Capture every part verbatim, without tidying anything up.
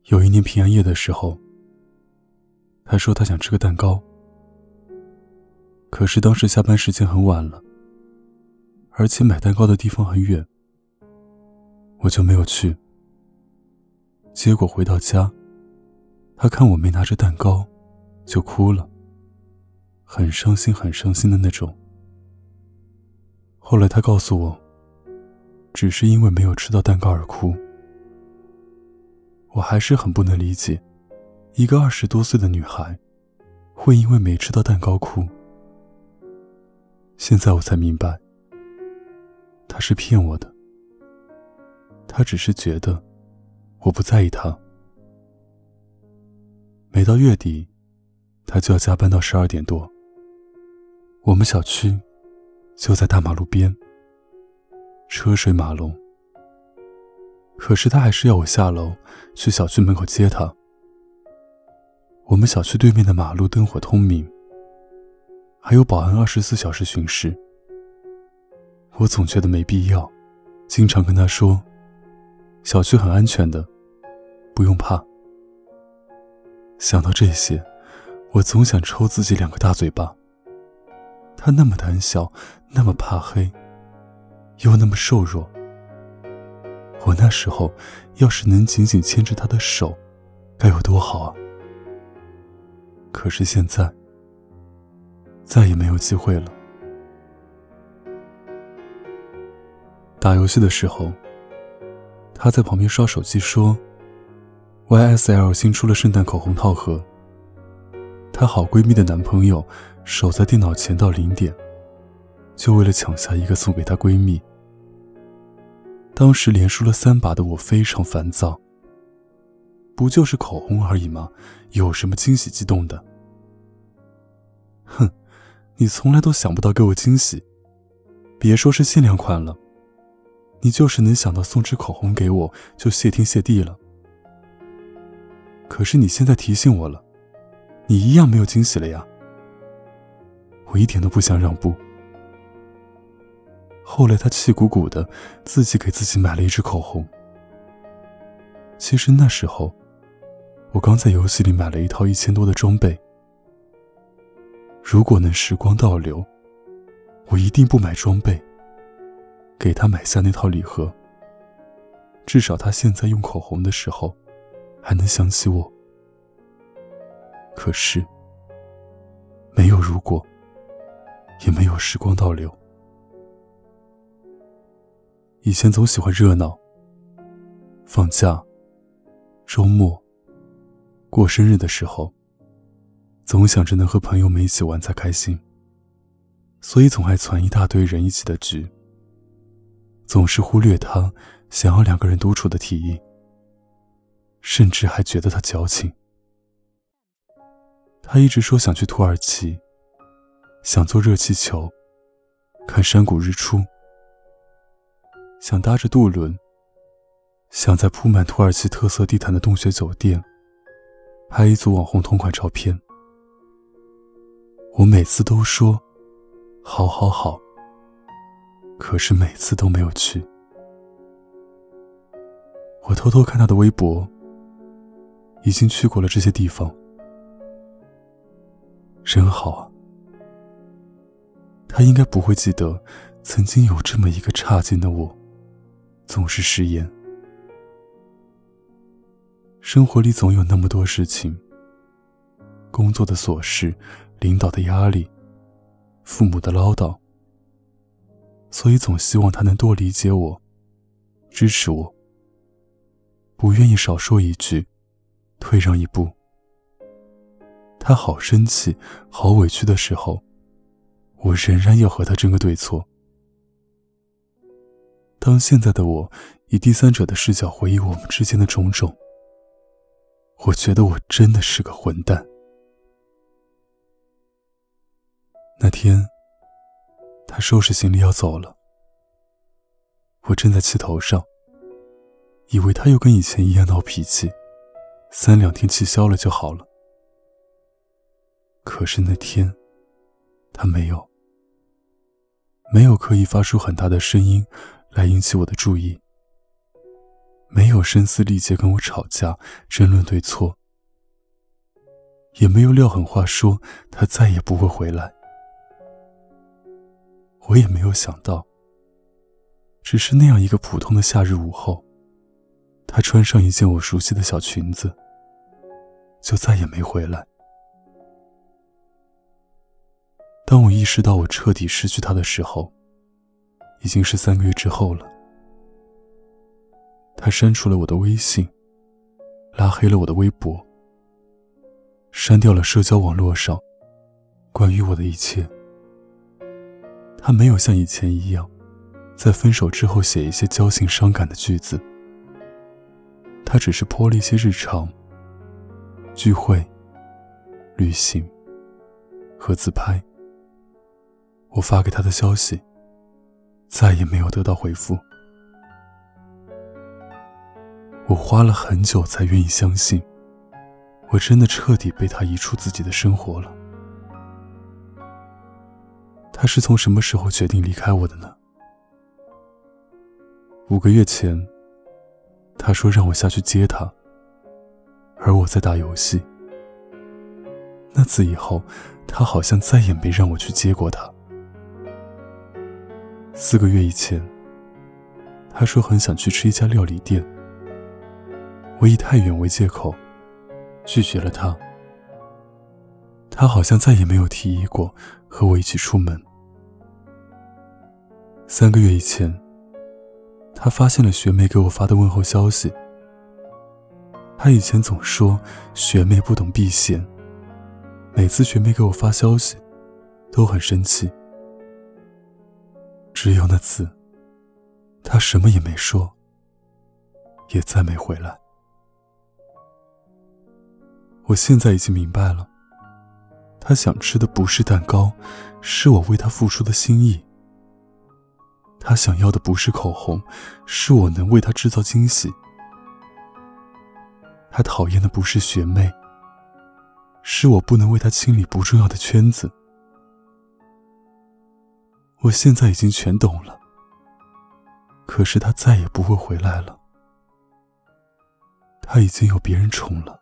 有一年平安夜的时候，他说他想吃个蛋糕，可是当时下班时间很晚了，而且买蛋糕的地方很远，我就没有去。结果回到家，他看我没拿着蛋糕，就哭了，很伤心很伤心的那种。后来他告诉我，只是因为没有吃到蛋糕而哭。我还是很不能理解，一个二十多岁的女孩会因为没吃到蛋糕哭。现在我才明白，她是骗我的，她只是觉得我不在意她。每到月底，她就要加班到十二点多。我们小区就在大马路边，车水马龙，可是她还是要我下楼去小区门口接她。我们小区对面的马路灯火通明，还有保安二十四小时巡视。我总觉得没必要，经常跟她说，小区很安全的，不用怕。想到这些，我总想抽自己两个大嘴巴。她那么胆小，那么怕黑，又那么瘦弱。我那时候要是能紧紧牵着她的手，该有多好啊！可是现在，再也没有机会了。打游戏的时候，她在旁边刷手机说 Y S L 新出了圣诞口红套盒，她好闺蜜的男朋友守在电脑前到零点，就为了抢下一个送给她闺蜜。当时连输了三把的我非常烦躁，不就是口红而已吗？有什么惊喜激动的？哼，你从来都想不到给我惊喜，别说是限量款了，你就是能想到送支口红给我，就谢天谢地了。可是你现在提醒我了，你一样没有惊喜了呀。我一点都不想让步。后来他气鼓鼓的自己给自己买了一支口红。其实那时候我刚在游戏里买了一套一千多的装备，如果能时光倒流，我一定不买装备，给他买下那套礼盒，至少他现在用口红的时候还能想起我。可是没有如果，也没有时光倒流。以前总喜欢热闹，放假、周末、过生日的时候，总想着能和朋友们一起玩才开心，所以总爱攒一大堆人一起的局，总是忽略他想要两个人独处的提议，甚至还觉得他矫情。他一直说想去土耳其，想坐热气球，看山谷日出，想搭着渡轮，想在铺满土耳其特色地毯的洞穴酒店拍一组网红同款照片。我每次都说好好好，可是每次都没有去。我偷偷看他的微博，已经去过了这些地方，真好啊。他应该不会记得曾经有这么一个差劲的我，总是食言。生活里总有那么多事情，工作的琐事，领导的压力，父母的唠叨，所以总希望他能多理解我，支持我，不愿意少说一句，退让一步。他好生气，好委屈的时候，我仍然要和他争个对错。当现在的我以第三者的视角回忆我们之间的种种，我觉得我真的是个混蛋。那天他收拾行李要走了，我正在气头上，以为他又跟以前一样闹脾气，三两天气消了就好了。可是那天他没有没有刻意发出很大的声音来引起我的注意， 没有声嘶力竭跟我吵架争论对错，也没有撂狠话说他再也不会回来。我也没有想到，只是那样一个普通的夏日午后，他穿上一件我熟悉的小裙子，就再也没回来。当我意识到我彻底失去他的时候，已经是三个月之后了。他删除了我的微信，拉黑了我的微博，删掉了社交网络上关于我的一切。他没有像以前一样在分手之后写一些矫情伤感的句子，他只是泼了一些日常聚会、旅行和自拍。我发给他的消息再也没有得到回复。我花了很久才愿意相信，我真的彻底被他移出自己的生活了。他是从什么时候决定离开我的呢？五个月前，他说让我下去接他，而我在打游戏。那次以后，他好像再也没让我去接过他。四个月以前，他说很想去吃一家料理店，我以太远为借口拒绝了他。他好像再也没有提议过和我一起出门。三个月以前，他发现了学妹给我发的问候消息。他以前总说学妹不懂避嫌，每次学妹给我发消息都很生气。只有那次，他什么也没说，也再没回来。我现在已经明白了，他想吃的不是蛋糕，是我为他付出的心意。他想要的不是口红，是我能为他制造惊喜。他讨厌的不是学妹，是我不能为他清理不重要的圈子。我现在已经全懂了，可是他再也不会回来了。他已经有别人宠了。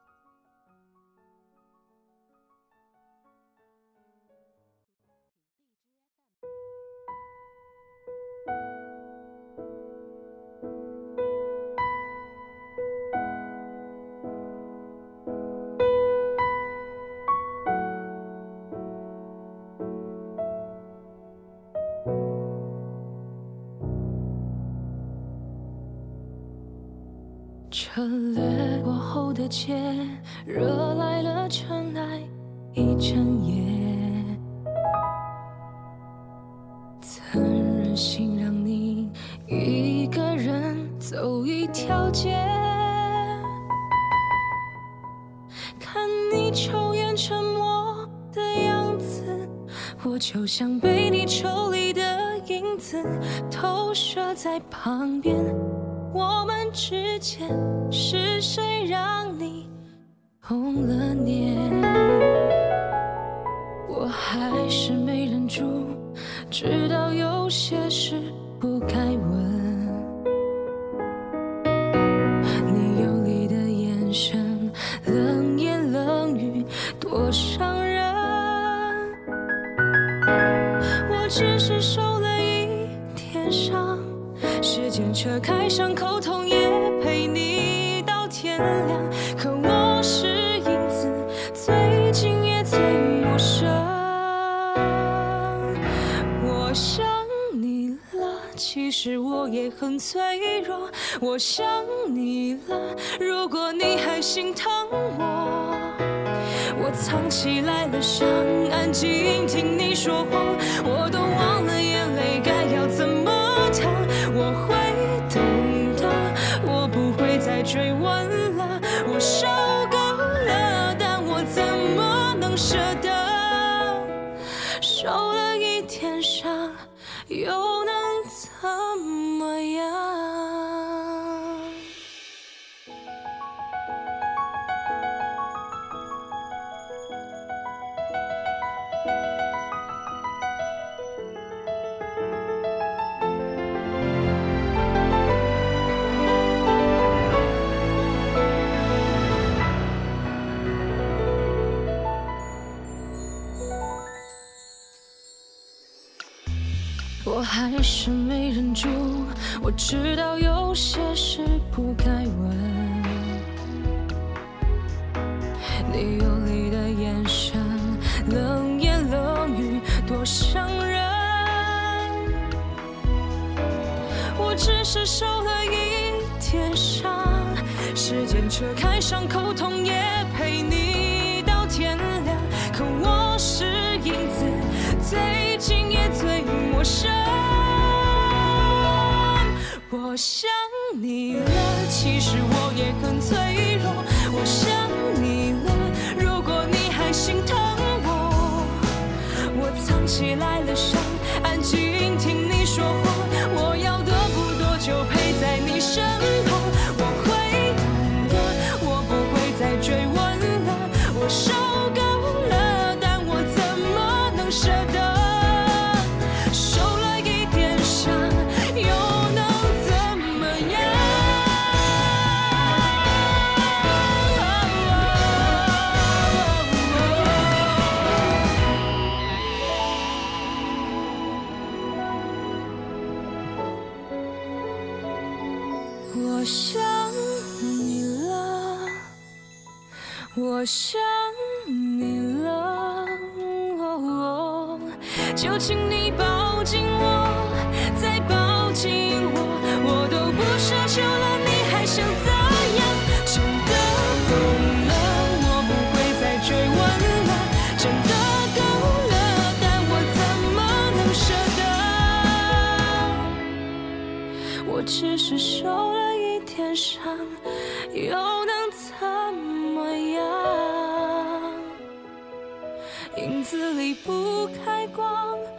车掠过后的街，惹来了尘埃一整夜。曾任性让你一个人走一条街，看你抽烟沉默的样子，我就像被你抽离的影子，投射在旁边。我们之间是谁让你红了脸？我还是没忍住，知道有些事不该问。你游离的眼神，冷言冷语，多伤人。我只是受了一点伤，时间扯开伤口痛，也陪你到天亮。可我是影子，最近也最陌生。我想你了，其实我也很脆弱。我想你了，如果你还心疼我，我藏起来了伤，安静听你说谎。我都忘了眼泪该要怎么淌，我会懂的，我不会再追问了。我受够了，但我怎么能舍得？受了一点伤，又能怎么样？ 还是没忍住，我知道有些事不该问。你游离的眼神，冷言冷语，多伤人。我只是受了一点伤，时间扯开伤口，痛也陪你到天亮。可我是影子，最近也最陌生。我想你了，其实我也很脆弱。我想你了，如果你还心疼我，我藏起来了伤，安静听你说话。我要的不多，就陪在你身旁。我会懂的，我不会再追问了。我受够了，但我怎么能舍得？受了一点伤，又能怎么样？我想你了，我想你了，哦，就请你抱紧我，再抱紧我，我都不奢求了，你还想怎样？真的懂了，我不会再追问了，真的够了，但我怎么能舍得？我只是受了一点伤，又能怎么样？影子离不开光。